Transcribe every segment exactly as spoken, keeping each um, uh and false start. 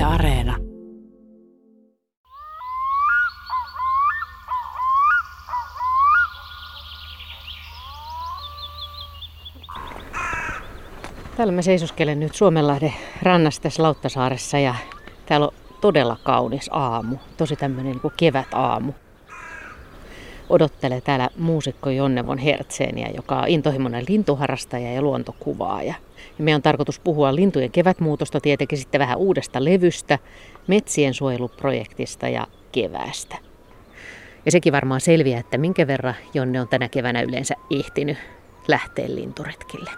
Areena. Täällä mä seisoskelen nyt Suomenlahden rannassa tässä Lauttasaaressa ja täällä on todella kaunis aamu. Tosi tämmöinen niin kuin kevätaamu. Odottelee täällä muusikko Jonne von Hertzenia, joka on intohimoinen lintuharrastaja ja luontokuvaaja. Ja meidän on tarkoitus puhua lintujen kevätmuutosta, tietenkin sitten vähän uudesta levystä, metsien suojeluprojektista ja keväästä. Ja sekin varmaan selviää, että minkä verran Jonne on tänä keväänä yleensä ehtinyt lähteä linturetkille.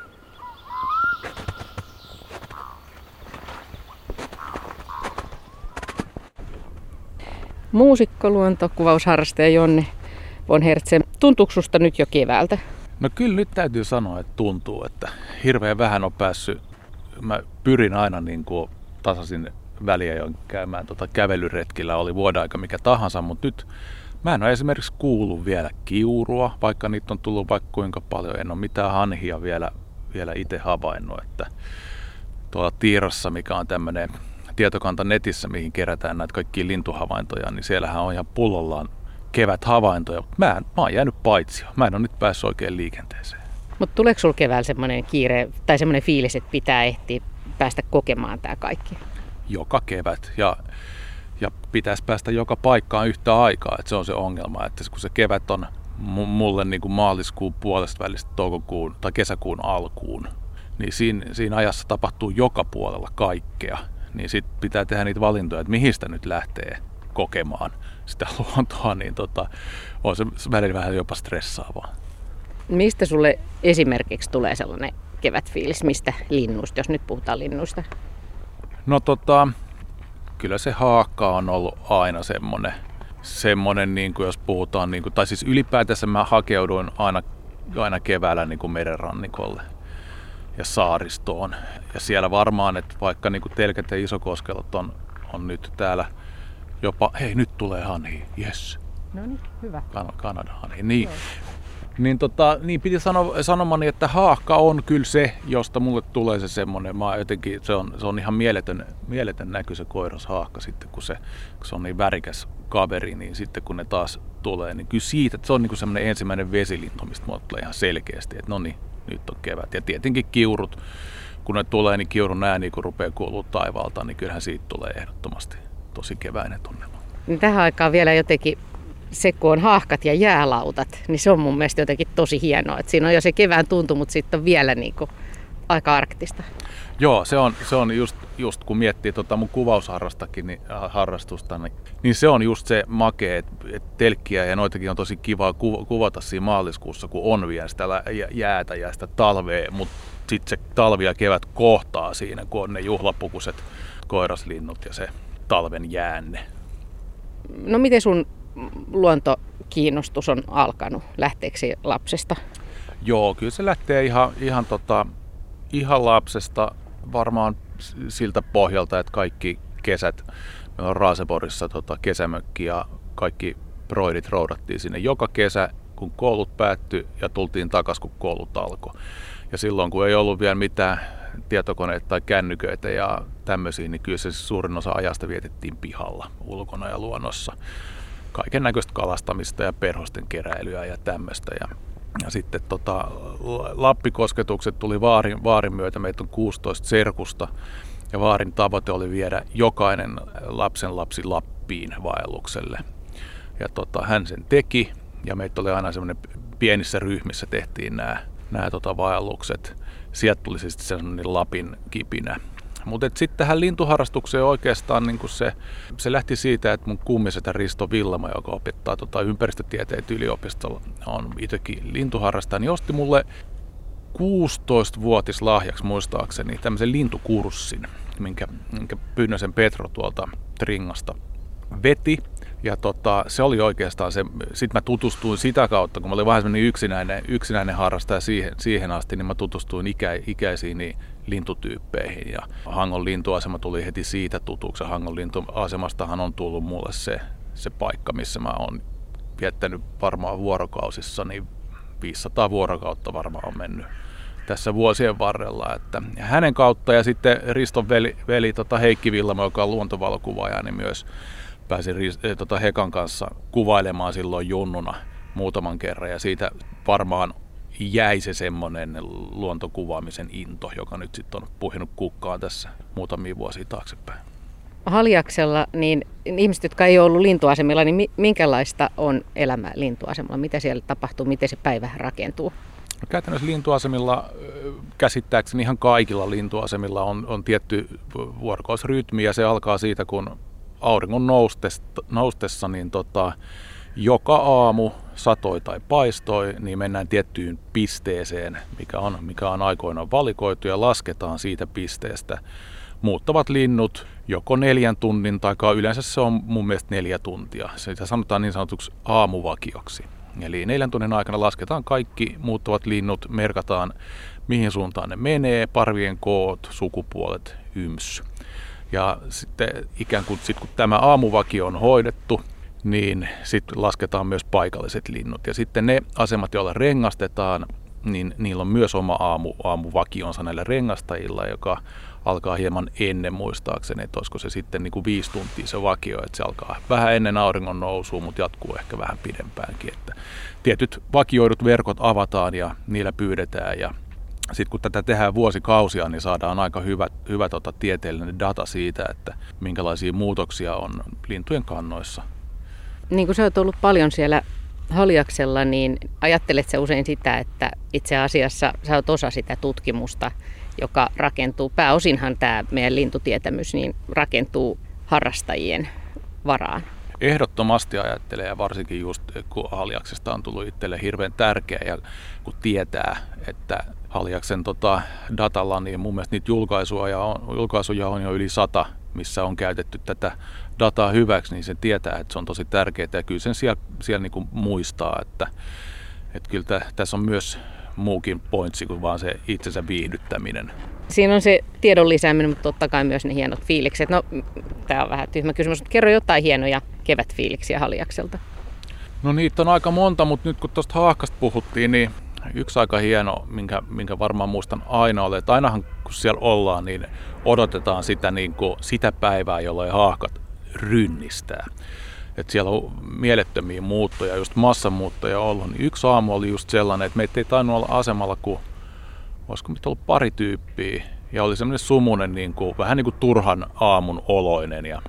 Muusikko, luontokuvausharrastaja Jonne von Hertzen. Tuntuuko susta nyt jo keväältä? No kyllä nyt täytyy sanoa, että tuntuu, että hirveän vähän on päässyt. Mä pyrin aina niin kuin tasaisin väliä jo käymään tota kävelyretkillä, oli vuoden aika mikä tahansa, mutta nyt mä en ole esimerkiksi kuullut vielä kiurua, vaikka niitä on tullut vaikka kuinka paljon. En ole mitään hanhia vielä, vielä itse havainnut, että tuolla Tiirassa, mikä on tämmöinen tietokanta netissä, mihin kerätään näitä kaikkia lintuhavaintoja, niin siellähän on ihan pullollaan keväthavaintoja. Mä, en, mä oon jäänyt paitsi. Mä en ole nyt päässyt oikein liikenteeseen. Mutta tuleeko sulla keväällä semmoinen kiire tai semmoinen fiilis, että pitää ehtiä päästä kokemaan tää kaikki? Joka kevät. Ja, ja pitäisi päästä joka paikkaan yhtä aikaa. Et se on se ongelma. Että kun se kevät on mulle niin kuin maaliskuun puolesta välistä toukokuun tai kesäkuun alkuun, niin siinä, siinä ajassa tapahtuu joka puolella kaikkea. Niin sitten pitää tehdä niitä valintoja, että mihin sitä nyt lähtee kokemaan sitä luontoa, niin tota, on se välillä vähän jopa stressaavaa. Mistä sulle esimerkiksi tulee sellainen kevätfiilis, mistä linnuista, jos nyt puhutaan linnuista? No tota, kyllä se haakka on ollut aina semmoinen, semmoinen niin kuin jos puhutaan, niin kuin, tai siis ylipäätänsä mä hakeuduin aina, aina keväällä niin kuin merenrannikolle ja saaristoon. Ja siellä varmaan, että vaikka niin kuin Telkät ja Isokoskelot on, on nyt täällä jopa, hei nyt tulee hanhi, jes. No niin, hyvä. Kan- Kanadan hanhi, niin. Niin, tota, niin piti sano, sanomani, että haakka on kyllä se, josta mulle tulee se semmoinen, mä jotenkin, se on, se on ihan mieletön, mieletön näky se koiras haakka sitten, kun se, kun se on niin värikäs kaveri, niin sitten kun ne taas tulee, niin kyllä siitä, että se on niin kuin semmoinen ensimmäinen vesilintu, mistä mulle tulee ihan selkeästi, että no niin, nyt on kevät. Ja tietenkin kiurut, kun ne tulee, niin kiurun ääni, kun rupeaa kuulua taivaalta, niin kyllähän siitä tulee ehdottomasti tosi keväinen tunnelma. Niin tähän aikaan vielä jotenkin se, kun on haahkat ja jäälautat, niin se on mun mielestä jotenkin tosi hienoa. Että siinä on jo se kevään tuntu, mutta sitten on vielä niin kuin aika arktista. Joo, se on, se on just, just kun miettii tota mun kuvausharrastakin, niin, äh, harrastusta, niin, niin se on just se makea, että et telkkiä ja noitakin on tosi kiva kuvata siinä maaliskuussa, kun on vielä sitä jäätä ja sitä talvea, mutta sitten se talvi ja kevät kohtaa siinä, kun on ne juhlapukuiset koiraslinnut ja se talven jäänne. No miten sun luontokiinnostus on alkanut? Lähteekö se lapsesta? Joo, kyllä se lähtee ihan, ihan, tota, ihan lapsesta varmaan siltä pohjalta, että kaikki kesät, meillä on Raaseborissa tota, kesämökki ja kaikki broidit roudattiin sinne joka kesä, kun koulut päättyi ja tultiin takaisin, kun koulut alkoi. Ja silloin, kun ei ollut vielä mitään tietokoneita tai kännyköitä ja tämmöisiä, niin kyllä se suurin osa ajasta vietettiin pihalla, ulkona ja luonnossa. Kaiken näköistä kalastamista ja perhosten keräilyä ja tämmöistä. Ja, ja sitten tota, Lappikosketukset tuli Vaarin, Vaarin myötä, meitä on kuusitoista serkusta. Ja Vaarin tavoite oli viedä jokainen lapsen lapsi Lappiin vaellukselle. Ja tota, hän sen teki ja meitä oli aina semmoinen pienissä ryhmissä tehtiin nämä, nämä tota, vaellukset. Sieltä tuli siis sellainen Lapin kipinä. Mutta sitten tähän lintuharrastukseen oikeastaan niin se, se lähti siitä, että mun kummisetä Risto Villama, joka opettaa tota ympäristötieteet yliopistolla, on itsekin lintuharrastaja, niin osti mulle kuusitoistavuotis lahjaksi muistaakseni tämmöisen lintukurssin, minkä, minkä Pynnösen Petro tuolta Tringasta veti. Ja tota, se oli oikeastaan se, sitten mä tutustuin sitä kautta, kun mä olin vähän semmoinen yksinäinen, yksinäinen harrastaja siihen, siihen asti, niin mä tutustuin ikä, ikäisiin niin lintutyyppeihin. Ja Hangon lintuasema tuli heti siitä tutuksi. Hangon lintuasemastahan on tullut mulle se, se paikka, missä mä oon viettänyt varmaan vuorokausissa, niin viisisataa vuorokautta varmaan on mennyt tässä vuosien varrella. Että hänen kautta ja sitten Riston veli, veli tota Heikki Villamo, joka on luontovalokuvaaja, niin myös pääsin tota Hekan kanssa kuvailemaan silloin junnuna muutaman kerran. Ja siitä varmaan jäi se semmoinen luontokuvaamisen into, joka nyt sitten on puhinut kukkaan tässä muutamia vuosia taaksepäin. Haljaksella, niin ihmiset, jotka ei ole ollut lintuasemilla, niin minkälaista on elämä lintuasemalla? Mitä siellä tapahtuu? Miten se päivä rakentuu? No, käytännössä lintuasemilla, käsittääkseni ihan kaikilla lintuasemilla on, on tietty vuorokausrytmi ja se alkaa siitä, kun auringon noustessa, noustessa niin tota, joka aamu satoi tai paistoi, niin mennään tiettyyn pisteeseen, mikä on, mikä on aikoinaan valikoitu ja lasketaan siitä pisteestä muuttavat linnut joko neljän tunnin tai yleensä se on mun mielestä neljä tuntia. Sitä sanotaan niin sanotuksi aamuvakioksi. Eli neljän tunnin aikana lasketaan kaikki muuttuvat linnut, merkataan mihin suuntaan ne menee, parvien koot, sukupuolet, yms. Ja sitten ikään kuin sit, kun tämä aamuvakio on hoidettu, niin sitten lasketaan myös paikalliset linnut. Ja sitten ne asemat, joilla rengastetaan, niin niillä on myös oma aamu, aamuvakionsa näillä rengastajilla, joka alkaa hieman ennen muistaakseni, että olisiko se sitten niin kuin viisi tuntia se vakio, että se alkaa vähän ennen auringon nousua, mutta jatkuu ehkä vähän pidempäänkin. Että tietyt vakioidut verkot avataan ja niillä pyydetään ja sitten kun tätä tehdään vuosikausia, niin saadaan aika hyvä, hyvä tota, tieteellinen data siitä, että minkälaisia muutoksia on lintujen kannoissa. Niin kuin sä oot ollut paljon siellä Haljaksella, niin ajattelet sä usein sitä, että itse asiassa sä oot osa sitä tutkimusta, joka rakentuu, pääosinhan tämä meidän lintutietämys, niin rakentuu harrastajien varaan. Ehdottomasti ajattelee, ja varsinkin just kun Haljaksesta on tullut itselle hirveän tärkeä, ja kun tietää, että Haljaksen tota, datalla, niin mun mielestä niitä julkaisuja on, julkaisuja on jo yli sata, missä on käytetty tätä dataa hyväksi, niin se tietää, että se on tosi tärkeää, ja kyllä sen siellä, siellä niin kuin muistaa, että, että kyllä tä, tässä on myös muukin pointsi kuin vaan se itsensä viihdyttäminen. Siinä on se tiedon lisääminen, mutta totta kai myös ne hienot fiilikset. No, tämä on vähän tyhmä kysymys, mutta kerro jotain hienoja kevätfiiliksiä Haljakselta. No niitä on aika monta, mutta nyt kun tuosta haahkasta puhuttiin, niin yksi aika hieno, minkä, minkä varmaan muistan aina ole, että ainahan kun siellä ollaan, niin odotetaan sitä, niin kuin, sitä päivää, jolloin haahkat rynnistää. Että siellä on mielettömiä muuttoja, just massamuuttoja ollut. Niin yksi aamu oli just sellainen, että meitä ei tainnut olla asemalla kuin, olisiko meitä ollut pari tyyppiä. Ja oli semmoinen sumunen, niin kuin, vähän niin kuin turhan aamun oloinen. Ja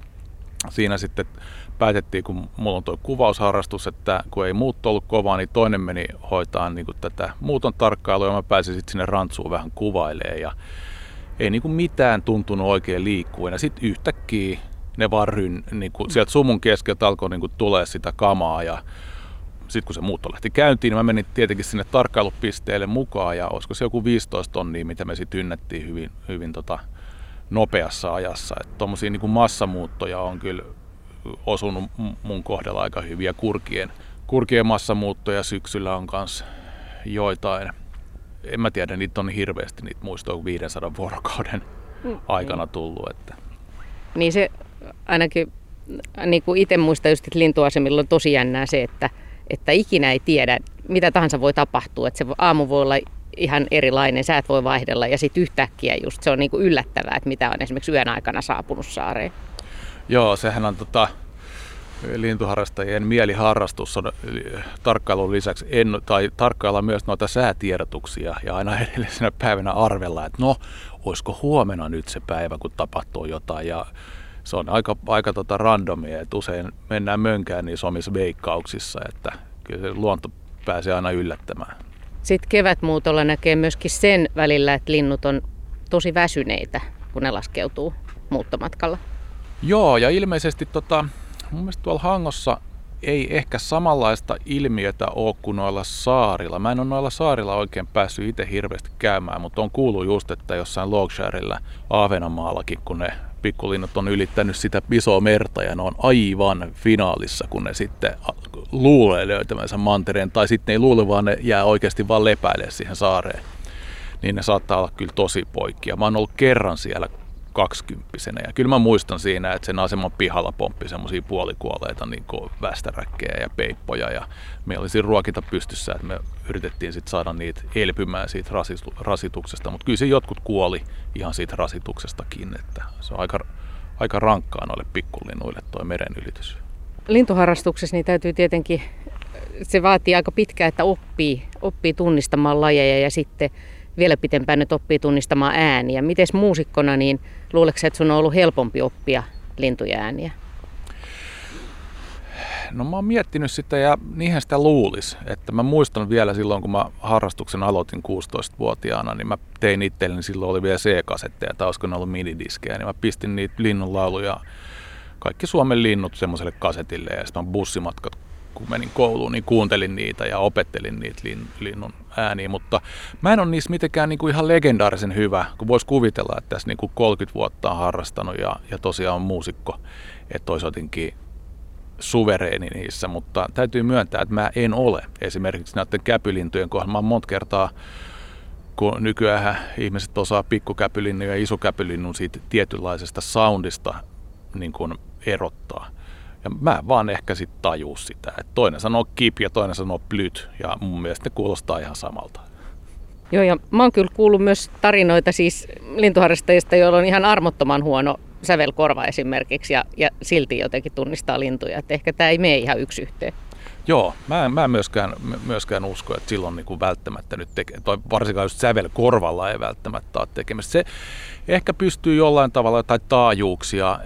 siinä sitten päätettiin, kun mulla on tuo kuvausharrastus, että kun ei muutto ollut kovaa, niin toinen meni hoitaa niin kuin tätä muuton tarkkailua ja mä pääsin sitten sinne rantsuun vähän kuvailemaan. Ja ei niin kuin mitään tuntunut oikein liikkuen. Ja sitten yhtäkkiä ne vaan ryn, niin kuin sieltä sumun keskeltä alkoi niin kuin tulee sitä kamaa ja sitten kun se muutto lähti käyntiin, niin mä menin tietenkin sinne tarkkailupisteelle mukaan ja olisiko se joku viisitoista tonnia, mitä me sitten ynnättiin hyvin, hyvin tota nopeassa ajassa. Että tommosia niin kuin massamuuttoja on kyllä osunut mun kohdalla aika hyviä kurkien. Kurkien massamuuttoja syksyllä on kans joitain. En mä tiedä, niitä on niin hirveästi, niitä muistoa viisisataa vuorokauden aikana tullut. Että. Niin se ainakin niin kuin itse muistan just, että lintuasemilla on tosi jännää se, että, että ikinä ei tiedä, mitä tahansa voi tapahtua. Että se aamu voi olla ihan erilainen, säät voi vaihdella ja sitten yhtäkkiä just se on niin kuin yllättävää, että mitä on esimerkiksi yön aikana saapunut saareen. Joo, sehän on tota, lintuharrastajien mieliharrastus on tarkkailun lisäksi en, tai tarkkailla myös noita säätiedotuksia ja aina edellisenä päivänä arvella, että no, olisiko huomenna nyt se päivä, kun tapahtuu jotain ja se on aika, aika tota randomia, että usein mennään mönkään niissä omissa veikkauksissa, että kyllä se luonto pääsee aina yllättämään. Sitten kevätmuutolla näkee myöskin sen välillä, että linnut on tosi väsyneitä, kun ne laskeutuu muuttomatkalla. Joo, ja ilmeisesti tota, mun mielestä tuolla Hangossa ei ehkä samanlaista ilmiötä ole kuin noilla saarilla. Mä en ole noilla saarilla oikein päässyt itse hirveästi käymään, mutta on kuullut just, että jossain Logsharella Ahvenanmaallakin, kun ne pikkulinnut on ylittänyt sitä isoa merta ja ne on aivan finaalissa, kun ne sitten luulee löytämänsä mantereen, tai sitten ei luule, vaan ne jää oikeasti vaan lepäilemään siihen saareen. Niin ne saattaa olla kyllä tosi poikkia. Mä oon ollut kerran siellä kaksikymppisenä. Ja kyllä mä muistan siinä, että sen aseman pihalla pomppi semmoisia puolikuolleita niin kuin västäräkkejä ja peippoja. Ja meillä oli siinä ruokinta pystyssä, että me yritettiin sit saada niitä elpymään siitä rasituksesta. Mutta kyllä se jotkut kuoli ihan siitä rasituksestakin. Että se on aika, aika rankkaa noille pikkulinnuille toi meren ylitys. Lintuharrastuksessa niin täytyy tietenkin, se vaatii aika pitkään, että oppii, oppii tunnistamaan lajeja ja sitten vielä pitempään nyt oppii tunnistamaan ääniä. Mites muusikkona, niin luuletko että sun on ollut helpompi oppia lintujen ääniä? No mä oon miettinyt sitä ja niinhän sitä luulisi. Että mä muistan vielä silloin, kun mä harrastuksen aloitin kuusitoistavuotiaana, niin mä tein itselleni, silloin oli vielä C-kasetteja tai olisiko ne ollut minidiskejä, niin mä pistin niitä linnunlauluja, kaikki Suomen linnut semmoiselle kasetille ja sitten bussimatkat, kun menin kouluun, niin kuuntelin niitä ja opettelin niitä linnun ääniä, mutta mä en ole niissä mitenkään niin kuin ihan legendaarisen hyvä, kun voisi kuvitella, että tässä niin kuin kolmekymmentä vuotta on harrastanut ja, ja tosiaan on muusikko, että olisi jotenkin suvereeni niissä, mutta täytyy myöntää, että mä en ole. Esimerkiksi näiden käpylintujen kohdalla mä oon monta kertaa, kun nykyään ihmiset osaa pikkukäpylinnun ja isokäpylinnun siitä tietynlaisesta soundista niin kuin erottaa. Ja mä vaan ehkä sit tajuu sitä, että toinen sanoo kip ja toinen sanoo plyt ja mun mielestä ne kuulostaa ihan samalta. Joo, ja mä oon kyllä kuullut myös tarinoita siis lintuharrastajista, joilla on ihan armottoman huono sävelkorva esimerkiksi ja, ja silti jotenkin tunnistaa lintuja, että ehkä tämä ei mene ihan yksi yhteen. Joo, mä en, mä en myöskään, myöskään usko, että silloin niin kuin välttämättä nyt tekee, toi varsinkaan just sävelkorvalla ei välttämättä ole tekemistä. Se ehkä pystyy jollain tavalla jotain taajuuksia,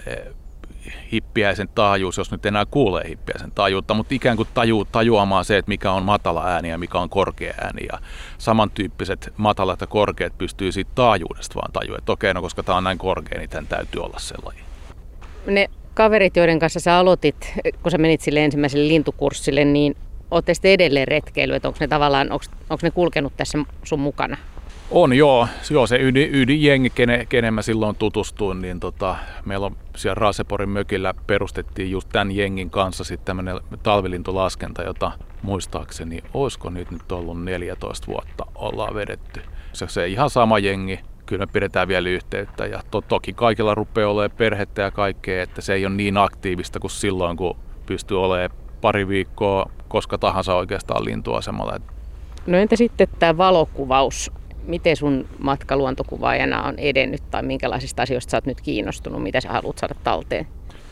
hippiäisen taajuus, jos nyt enää kuulee hippiäisen taajuutta, mutta ikään kuin taju, tajuamaan se, että mikä on matala ääni ja mikä on korkea ääni. Ja samantyyppiset matalat ja korkeat pystyy siitä taajuudesta vaan tajua, että okei, no koska tämä on näin korkea, niin tämän täytyy olla sellainen. Ne kaverit, joiden kanssa sä aloitit, kun sä menit sille ensimmäiselle lintukurssille, niin ootte sitten edelleen retkeily, että onko ne tavallaan, onko, onko ne kulkenut tässä sun mukana? On joo, joo se ydin, ydinjengi, kenen, kenen mä silloin tutustuin, niin tota, meillä on siellä Raaseporin mökillä perustettiin just tämän jengin kanssa sitten tämmöinen talvilintulaskenta, jota muistaakseni, olisiko nyt nyt ollut neljätoista vuotta ollaan vedetty. Se, se ihan sama jengi, kyllä me pidetään vielä yhteyttä ja to, toki kaikilla rupeaa olemaan perhettä ja kaikkea, että se ei ole niin aktiivista kuin silloin, kun pystyy olemaan pari viikkoa koska tahansa oikeastaan lintuasemalla. No entä sitten tämä valokuvaus? Miten sun matka luontokuvaajana on edennyt tai minkälaisista asioista sä oot nyt kiinnostunut? Mitä sä haluat saada talteen?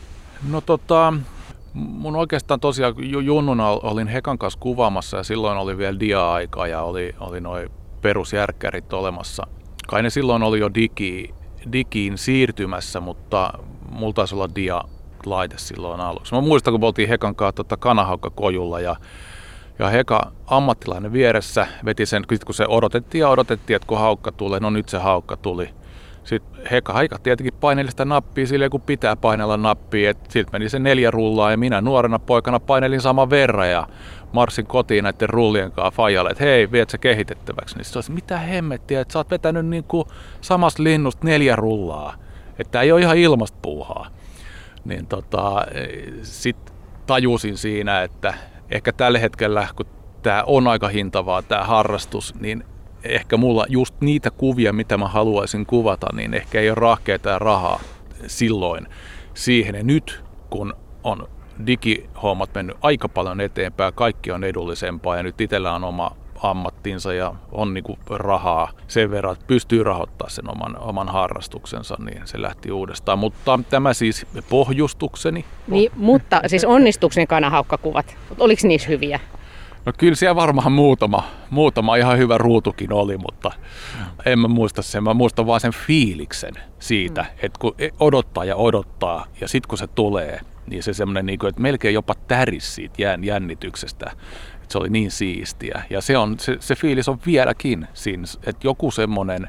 No tota, mun oikeastaan tosiaan junnuna olin Hekan kanssa kuvaamassa ja silloin oli vielä dia-aika ja oli, oli noi perusjärkkärit olemassa. Kai ne silloin oli jo digi, digiin siirtymässä, mutta mulla taisi olla dia-laite silloin aluksi. Mä muistan, kun me oltiin Hekan kanssa tota kanahaukkakojulla ja Ja Heka ammattilainen vieressä veti sen, kun se odotettiin ja odotettiin, että kun haukka tulee, no nyt se haukka tuli. Sitten Heka Haika tietenkin paineli sitä nappia silleen, kun pitää painella nappia. Sitten meni se neljä rullaa ja minä nuorena poikana painelin saman verran ja marssin kotiin näiden rullien kanssa faijalle, että hei, viet sä kehitettäväksi. Niin sitten mitä hemmettiä, että sä oot vetänyt niin kuin samasta linnusta neljä rullaa. Että ei ole ihan ilmasta puuhaa. Niin tota, sitten tajusin siinä, että ehkä tällä hetkellä, kun tämä on aika hintavaa, tämä harrastus, niin ehkä mulla just niitä kuvia, mitä mä haluaisin kuvata, niin ehkä ei ole rahkeita ja rahaa silloin siihen. Ja nyt, kun on digihommat mennyt aika paljon eteenpäin, kaikki on edullisempaa ja nyt itsellä on oma ammattinsa ja on niinku rahaa sen verran, että pystyy rahoittamaan sen oman, oman harrastuksensa, niin se lähti uudestaan. Mutta tämä siis pohjustukseni. Niin, mutta siis onnistukseni kanahaukkakuvat, oliko niissä hyviä? No kyllä siellä varmaan muutama, muutama ihan hyvä ruutukin oli, mutta en mä muista sen. Mä muistan vaan sen fiiliksen siitä, mm. että kun odottaa ja odottaa ja sitten kun se tulee, niin se semmoinen, että melkein jopa täris siitä jännityksestä. Se oli niin siistiä. Ja se, on, se, se fiilis on vieläkin siinä, että joku semmoinen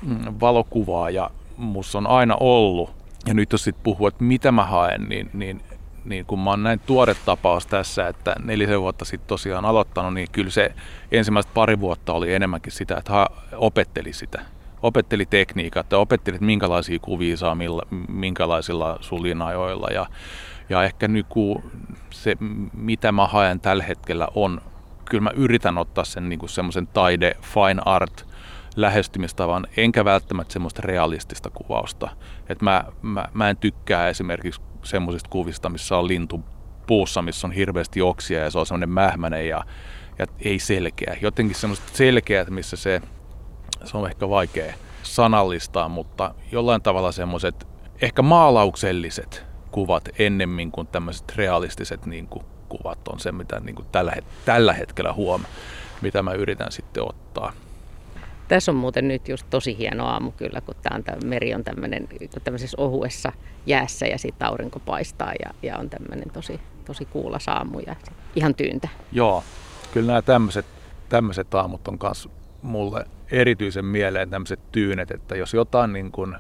valokuvaaja musta on aina ollut. Ja nyt jos sitten puhuu, että mitä mä haen, niin, niin, niin kun mä oon näin tuore tapaus tässä, että nelisen vuotta sitten tosiaan aloittanut, niin kyllä se ensimmäiset pari vuotta oli enemmänkin sitä, että opetteli sitä. Opetteli tekniikkaa, että opetteli, että minkälaisia kuvia saa, millä, minkälaisilla sulinajoilla. Ja, ja ehkä nyt kun se, mitä mä haen tällä hetkellä on, kyllä mä yritän ottaa sen niin kuin semmoisen taide, fine art lähestymistavan, enkä välttämättä semmoista realistista kuvausta. Et mä, mä, mä en tykkää esimerkiksi semmoisista kuvista, missä on lintu puussa, missä on hirveästi oksia ja se on semmoinen mähmäinen ja, ja ei selkeä. Jotenkin semmoista selkeät, missä se, se on ehkä vaikea sanallistaa, mutta jollain tavalla semmoiset ehkä maalaukselliset kuvat ennemmin kuin tämmöiset realistiset niin kuin kuvat on se, mitä niin kuin tällä, tällä hetkellä huomaa, mitä mä yritän sitten ottaa. Tässä on muuten nyt just tosi hieno aamu kyllä, kun tää on, tää meri on tämmöinen tämmöisessä ohuessa jäässä ja sitten aurinko paistaa ja, ja on tämmöinen tosi, tosi kuulas aamu ja ihan tyyntä. Joo, kyllä nämä tämmöiset, tämmöiset aamut on myös mulle erityisen mieleen tämmöiset tyynet, että jos jotain niin kuin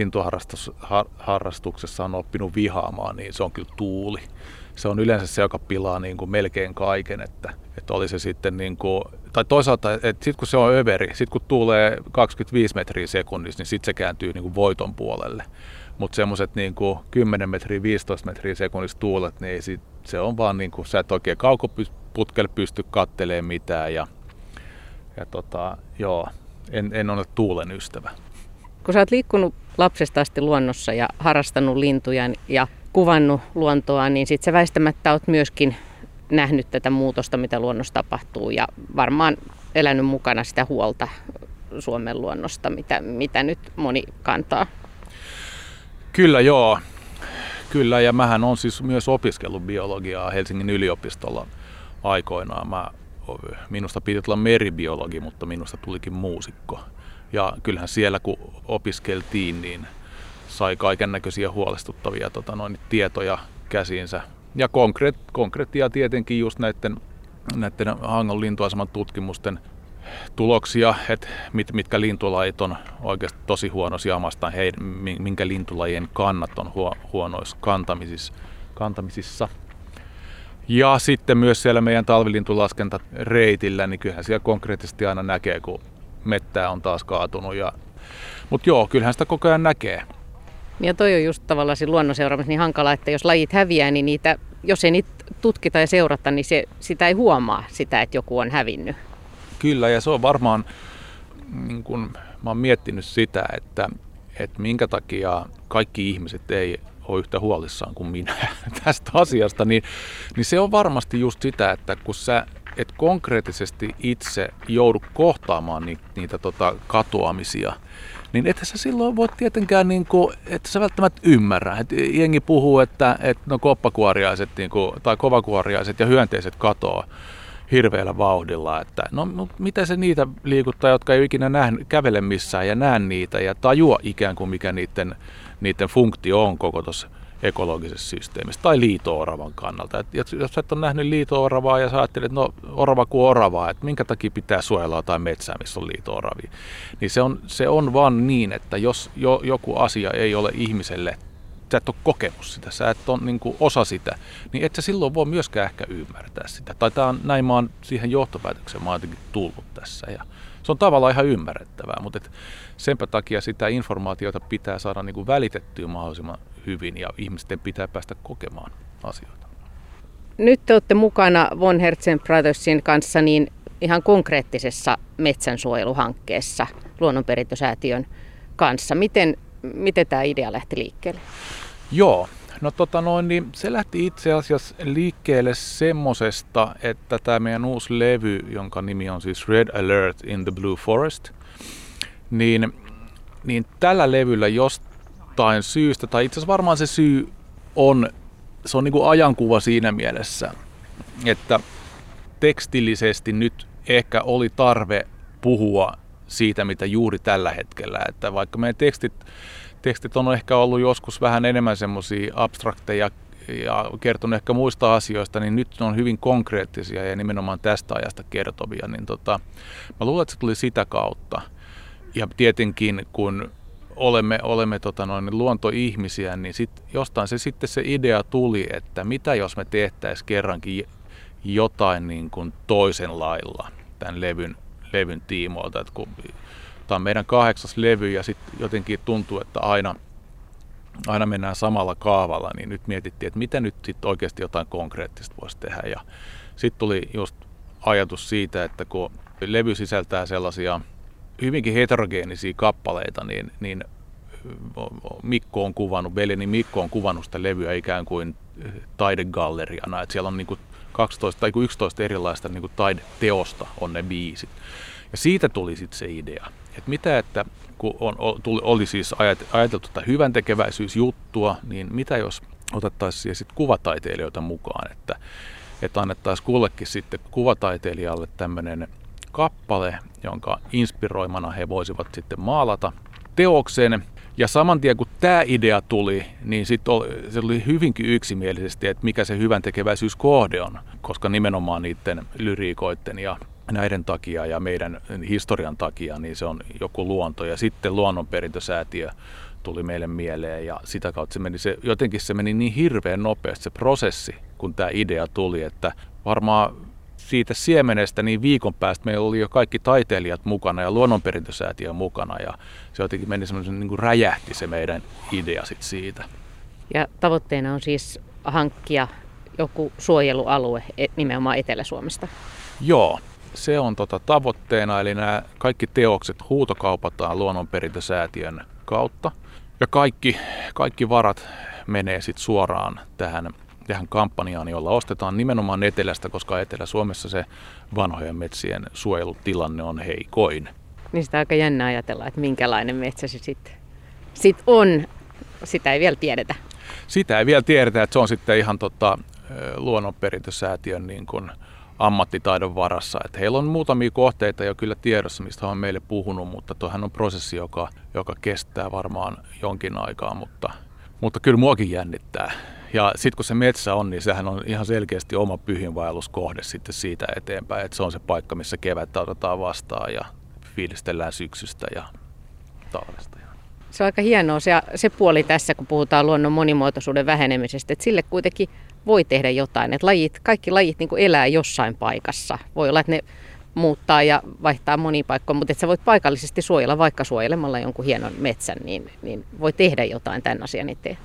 lintuharrastuksessa on oppinut vihaamaan, niin se on kyllä tuuli. Se on yleensä se, joka pilaa niin kuin melkein kaiken, että, että oli se sitten niin kuin, tai toisaalta, että sitten kun se on överi, sitten kun tuulee kaksikymmentäviisi metriä sekunnissa, niin sitten se kääntyy niin kuin voiton puolelle. Mutta semmoiset niin kuin kymmenen metriä, viisitoista metriä sekunnissa tuulet, niin sit, se on vaan niin kuin, sä et oikein kaukoputkelle pysty kattelemaan mitään ja, ja tota, joo, en, en ole tuulen ystävä. Kun sä oot liikkunut lapsesta asti luonnossa ja harrastanut lintuja ja kuvannut luontoa, niin sit sä väistämättä oot myöskin nähnyt tätä muutosta, mitä luonnossa tapahtuu ja varmaan elänyt mukana sitä huolta Suomen luonnosta, mitä, mitä nyt moni kantaa. Kyllä joo, kyllä ja mähän on siis myös opiskellut biologiaa Helsingin yliopistolla aikoinaan. Mä, minusta piti olla meribiologi, mutta minusta tulikin muusikko. Ja kyllähän siellä kun opiskeltiin, niin sai kaiken näköisiä huolestuttavia tota, noin, tietoja käsiinsä. Ja konkreet, konkreettia tietenkin just näiden, näiden Hangon lintuaseman tutkimusten tuloksia, että mit, mitkä lintulajit on oikeasti tosi huonoisia omastaan, hei, minkä lintulajien kannat on huo, huonoissa kantamisissa, kantamisissa. Ja sitten myös siellä meidän talvilintulaskentareitillä, niin kyllähän siellä konkreettisesti aina näkee, kun mettää on taas kaatunut. Ja, mutta joo, kyllähän sitä koko ajan näkee. Ja toi on just tavallaan siinä luonnonseuraamassa niin hankala, että jos lajit häviää, niin niitä, jos ei niitä tutkita ja seurata, niin se, sitä ei huomaa sitä, että joku on hävinnyt. Kyllä, ja se on varmaan, niin kun mä oon miettinyt sitä, että, että minkä takia kaikki ihmiset ei ole yhtä huolissaan kuin minä tästä asiasta, niin, niin se on varmasti just sitä, että kun sä et konkreettisesti itse joudu kohtaamaan niitä, niitä tota, katoamisia, niin ethän sä silloin voi tietenkään, niin kuin, että sä välttämättä ymmärrä. Et jengi puhuu, että, että no koppakuoriaiset niin kuin, tai kovakuoriaiset ja hyönteiset katoaa hirveällä vauhdilla. Että, no, no miten se niitä liikuttaa, jotka ei ikinä nähnyt, kävele missään ja näe niitä ja tajua ikään kuin mikä niiden, niiden funktio on koko tuossa ekologisessa systeemissä tai liito-oravan kannalta. Et jos sä et ole nähnyt liito-oravaa ja sä ajattelet, että no orava kuin oravaa, että minkä takia pitää suojella jotain metsää, missä on liito-oravia, niin se on, se on vaan niin, että jos jo, joku asia ei ole ihmiselle, sä et ole kokemus sitä, sä et ole niin kuin osa sitä, niin et sä silloin voi myöskään ehkä ymmärtää sitä. Tai tää on, näin mä oon siihen johtopäätökseen mä oon jotenkin tullut tässä ja se on tavallaan ihan ymmärrettävää, mutta et senpä takia sitä informaatiota pitää saada niin kuin välitettyä mahdollisimman hyvin ja ihmisten pitää päästä kokemaan asioita. Nyt te olette mukana Von Hertzen Brothersin kanssa niin ihan konkreettisessa metsänsuojeluhankkeessa Luonnonperintösäätiön kanssa. Miten, miten tämä idea lähti liikkeelle? Joo, no tota noin, niin se lähti itse asiassa liikkeelle semmosesta, että tämä meidän uusi levy, jonka nimi on siis Red Alert in the Blue Forest, niin, niin tällä levyllä jostain syystä, tai itse asiassa varmaan se syy on, se on niin kuin ajankuva siinä mielessä, että tekstillisesti nyt ehkä oli tarve puhua siitä, mitä juuri tällä hetkellä, että vaikka meidän tekstit, tekstit on ehkä ollut joskus vähän enemmän semmoisia abstrakteja ja kertonut ehkä muista asioista, niin nyt ne on hyvin konkreettisia ja nimenomaan tästä ajasta kertovia, niin tota, mä luulen, että se tuli sitä kautta. Ja tietenkin, kun olemme, olemme tota noin, luontoihmisiä, niin sit, jostain se sitten se idea tuli, että mitä jos me tehtäisiin kerrankin jotain niin kuin toisen lailla tämän levyn, levyn tiimoilta. Että kun tämä on meidän kahdeksas levy ja sitten jotenkin tuntuu, että aina, aina mennään samalla kaavalla, niin nyt mietittiin, että mitä nyt sitten oikeasti jotain konkreettista voisi tehdä. Ja sitten tuli just ajatus siitä, että kun levy sisältää sellaisia hyvinkin heterogeenisia kappaleita, niin, niin Mikko on kuvannut, veljeni Mikko on kuvannut sitä levyä ikään kuin taidegalleriana, että siellä on niin kuin kaksitoista tai yksitoista erilaista niin kuin taideteosta on ne biisit. Ja siitä tuli sitten se idea, että mitä, että kun on, oli siis ajateltu tätä hyväntekeväisyysjuttua, niin mitä jos otettaisiin siihen sitten kuvataiteilijoita mukaan, että, että annettaisiin kullekin sitten kuvataiteilijalle tämmöinen kappale, jonka inspiroimana he voisivat sitten maalata teokseen. Ja saman tien kun tämä idea tuli, niin sitten se oli hyvinkin yksimielisesti, että mikä se hyväntekeväisyyskohde on, koska nimenomaan niiden lyriikoiden ja näiden takia ja meidän historian takia, niin se on joku luonto. Ja sitten luonnonperintösäätiö tuli meille mieleen ja sitä kautta se meni, se, jotenkin se meni niin hirveän nopeasti se prosessi, kun tämä idea tuli, että varmaan siitä siemenestä niin viikon päästä meillä oli jo kaikki taiteilijat mukana ja luonnonperintösäätiö mukana ja se jotenkin meni semmoisen niin kuin räjähti se meidän idea sit siitä. Ja tavoitteena on siis hankkia joku suojelualue nimenomaan Etelä-Suomesta. Joo, se on tota tavoitteena, eli nämä kaikki teokset huutokaupataan luonnonperintösäätiön kautta ja kaikki, kaikki varat menee sitten suoraan tähän tähän kampanjaan, jolla ostetaan nimenomaan etelästä, koska Etelä-Suomessa se vanhojen metsien suojelutilanne on heikoin. Niin sitä on aika jännä ajatella, että minkälainen metsä se sitten sit on. Sitä ei vielä tiedetä. Sitä ei vielä tiedetä, että se on sitten ihan tota, luonnonperintösäätiön niin kuin ammattitaidon varassa. Että heillä on muutamia kohteita jo kyllä tiedossa, mistä on meille puhunut, mutta tuohan on prosessi, joka, joka kestää varmaan jonkin aikaa, mutta, mutta kyllä muakin jännittää. Ja sitten kun se metsä on, niin sehän on ihan selkeästi oma pyhinvaelluskohde sitten siitä eteenpäin. Että se on se paikka, missä kevättä otetaan vastaan ja fiilistellään syksystä ja talvesta. Se on aika hienoa se, se puoli tässä, kun puhutaan luonnon monimuotoisuuden vähenemisestä, että sille kuitenkin voi tehdä jotain. Että lajit, kaikki lajit niin kuin elää jossain paikassa. Voi olla, että ne muuttaa ja vaihtaa moniin paikkoihin, mutta että sä voit paikallisesti suojella, vaikka suojelemalla jonkun hienon metsän, niin, niin voi tehdä jotain tämän asian eteen.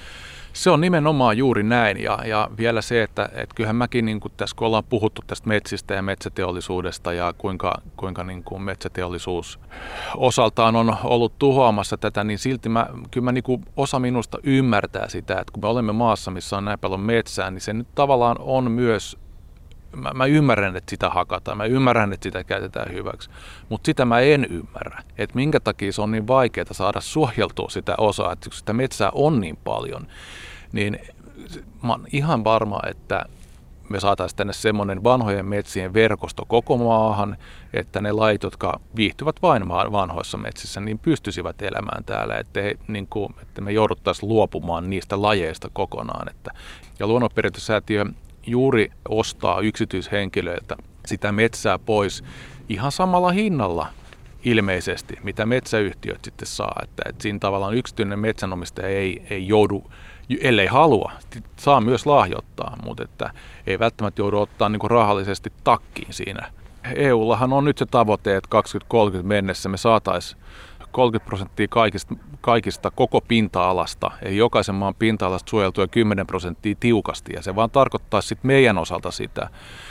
Se on nimenomaan juuri näin ja, ja vielä se, että et kyllähän mäkin niin kuin tässä kun ollaan puhuttu tästä metsistä ja metsäteollisuudesta ja kuinka, kuinka niin kuin metsäteollisuus osaltaan on ollut tuhoamassa tätä, niin silti mä, kyllä mä niin kuin osa minusta ymmärtää sitä, että kun me olemme maassa, missä on näin paljon metsää, niin se nyt tavallaan on myös, mä, mä ymmärrän, että sitä hakataan, mä ymmärrän, että sitä käytetään hyväksi, mutta sitä mä en ymmärrä, että minkä takia se on niin vaikeaa saada suojeltua sitä osaa, että sitä metsää on niin paljon, niin mä oon ihan varma, että me saataisiin tänne semmoinen vanhojen metsien verkosto koko maahan, että ne lajit, jotka viihtyvät vain vanhoissa metsissä, niin pystyisivät elämään täällä, ettei, niin kuin, että me jouduttaisiin luopumaan niistä lajeista kokonaan. Että, ja luonnonperintösäätiö juuri ostaa yksityishenkilöiltä sitä metsää pois ihan samalla hinnalla ilmeisesti, mitä metsäyhtiöt sitten saa. Että, että siinä tavallaan yksityinen metsänomistaja ei, ei joudu, ellei halua, saa myös lahjoittaa, mutta että ei välttämättä joudu ottaa niin kuin rahallisesti takkiin siinä. E U:llahan on nyt se tavoite, että kaksituhattakolmekymmentä mennessä me saataisiin kolmekymmentä prosenttia kaikista, kaikista koko pinta-alasta, eli jokaisen maan pinta-alasta suojeltua kymmenen prosenttia tiukasti, ja se vaan tarkoittaa sitten meidän osalta sitä,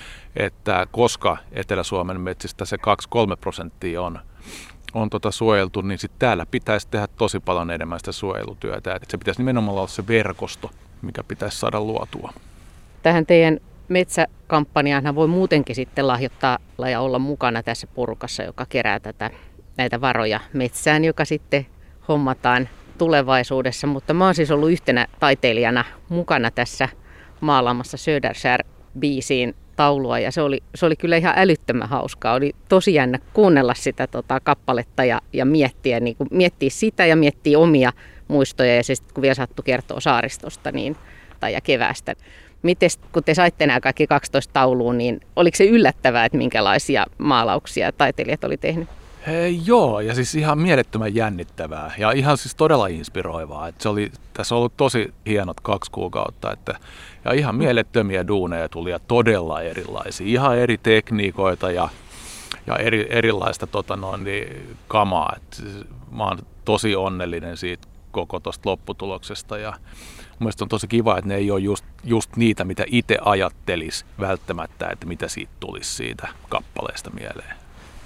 että koska Etelä-Suomen metsistä se kaksi kolme prosenttia on, on tota suojeltu, niin sitten täällä pitäisi tehdä tosi paljon enemmän sitä suojelutyötä. Et se pitäisi nimenomaan olla se verkosto, mikä pitäisi saada luotua. Tähän teidän metsäkampanjaanhan voi muutenkin sitten lahjoittaa ja olla mukana tässä porukassa, joka kerää tätä, näitä varoja metsään, joka sitten hommataan tulevaisuudessa. Mutta mä oon siis ollut yhtenä taiteilijana mukana tässä maalaamassa Söderskär-biisiin taulua ja se oli, se oli kyllä ihan älyttömän hauskaa. Oli tosi jännä kuunnella sitä tota, kappaletta ja, ja miettiä, niin kuin, miettiä sitä ja miettiä omia muistoja ja se sitten kun vielä sattui kertoa saaristosta niin, tai ja keväästä. Miten kun te saitte nämä kaikki kaksitoista taulua, niin oliko se yllättävää, että minkälaisia maalauksia taiteilijat oli tehnyt? Hei, joo, ja siis ihan mielettömän jännittävää ja ihan siis todella inspiroivaa. Että se oli, tässä on ollut tosi hienot kaksi kuukautta että, ja ihan mielettömiä duuneja tuli ja todella erilaisia. Ihan eri tekniikoita ja, ja eri, erilaista tota noin, niin, kamaa. Et, mä oon tosi onnellinen siitä koko tuosta lopputuloksesta ja mielestäni on tosi kiva, että ne ei ole just, just niitä, mitä itse ajattelisi välttämättä, että mitä siitä tulisi siitä kappaleesta mieleen.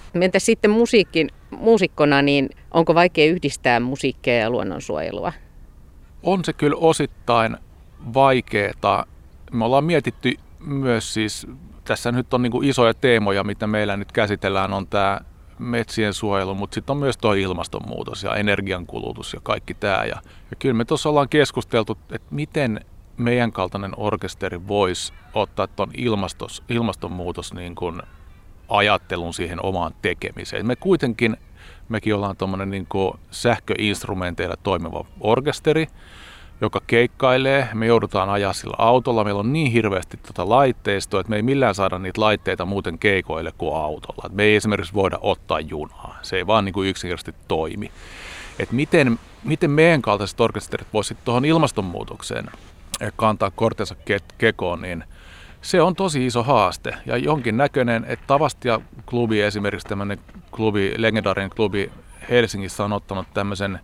Entä sitten musiikin, muusikkona, niin onko vaikea yhdistää musiikkia ja luonnonsuojelua? On se kyllä osittain vaikeaa. Me ollaan mietitty myös siis, tässä nyt on niin kuin isoja teemoja, mitä meillä nyt käsitellään, on tämä metsien suojelu, mutta sitten on myös tuo ilmastonmuutos ja energiankulutus ja kaikki tämä. Ja, ja kyllä me tuossa ollaan keskusteltu, että miten meidän kaltainen orkesteri voisi ottaa tuon ilmastos, ilmastonmuutos niin kuin ajattelun siihen omaan tekemiseen. Me kuitenkin, mekin ollaan tuommoinen niin kuin sähköinstrumenteilla toimiva orkesteri, joka keikkailee. Me joudutaan ajaa sillä autolla. Meillä on niin hirveästi tuota laitteistoa, että me ei millään saada niitä laitteita muuten keikoille kuin autolla. Et me ei esimerkiksi voida ottaa junaa. Se ei vaan niin kuin yksinkertaisesti toimi. Et miten, miten meidän kaltaiset orkesterit voisivat tuohon ilmastonmuutokseen kantaa kortensa ke- kekoon, niin se on tosi iso haaste. Ja jonkinnäköinen, että Tavastia-klubi, esimerkiksi tämmöinen klubi, legendaarinen klubi Helsingissä on ottanut tämmöisen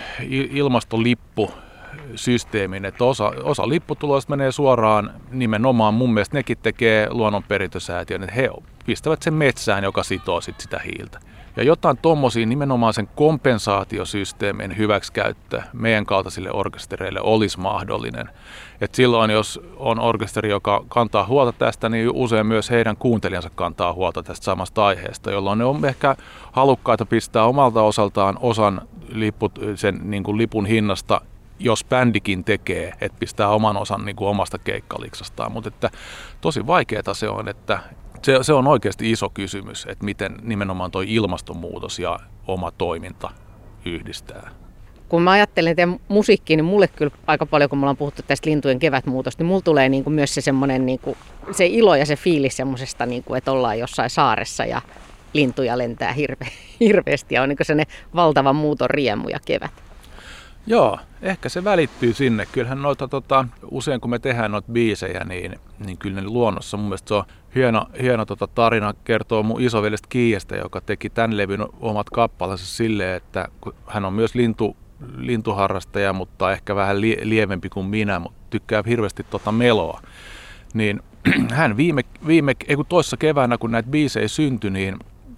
ilmastolippu systeemin, että osa, osa lipputuloista menee suoraan nimenomaan, mun mielestä nekin tekee luonnonperintösäätiön, että he pistävät sen metsään, joka sitoo sit sitä hiiltä. Ja jotain tommosia nimenomaan sen kompensaatiosysteemin hyväksikäyttö meidän kaltaisille orkestereille olisi mahdollinen. Et silloin, jos on orkesteri, joka kantaa huolta tästä, niin usein myös heidän kuuntelijansa kantaa huolta tästä samasta aiheesta, jolloin ne on ehkä halukkaita pistää omalta osaltaan osan liput, sen niin kuin lipun hinnasta, jos bändikin tekee, että pistää oman osan niin kuin omasta keikkaliksastaan. Mutta että tosi vaikeaa se on, että se, se on oikeasti iso kysymys, että miten nimenomaan tuo ilmastonmuutos ja oma toiminta yhdistää. Kun mä ajattelen teidän musiikkiin, niin mulle kyllä aika paljon, kun me ollaan puhuttu tästä lintujen kevätmuutosta, niin mulle tulee niin kuin myös se semmoinen niin kuin, se ilo ja se fiilis semmoisesta, niin kuin, että ollaan jossain saaressa ja lintuja lentää hirve, hirveästi ja on niin kuin sellainen valtava muuton riemu ja kevät. Joo, ehkä se välittyy sinne. Kyllähän noita, tota, usein kun me tehdään noita biisejä, niin, niin kyllä ne luonnossa. Mun mielestä se on hieno, hieno tota, tarina, kertoo mun isoveljestä Kiiestä, joka teki tämän levyn omat kappaleensa silleen, että hän on myös lintu, lintuharrastaja, mutta ehkä vähän lie, lievempi kuin minä, mutta tykkää hirveästi tota meloa. Niin hän viime, viime ei kun toissa keväänä, kun näitä biisejä syntyi, niin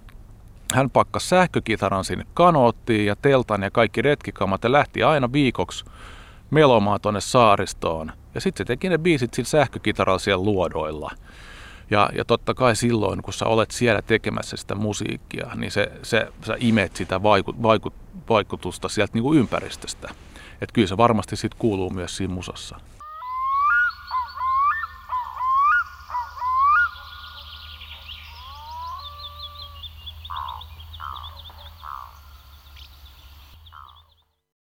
hän pakkasi sähkökitaran sinne kanoottiin ja teltan ja kaikki retkikamat ja lähti aina viikoksi melomaan tuonne saaristoon. Ja sitten se teki ne biisit sillä sähkökitaralla siellä luodoilla. Ja, ja totta kai silloin, kun sä olet siellä tekemässä sitä musiikkia, niin se, se, sä imet sitä vaiku, vaiku, vaikutusta sieltä niin kuin ympäristöstä. Että kyllä se varmasti sitten kuuluu myös siinä musassa.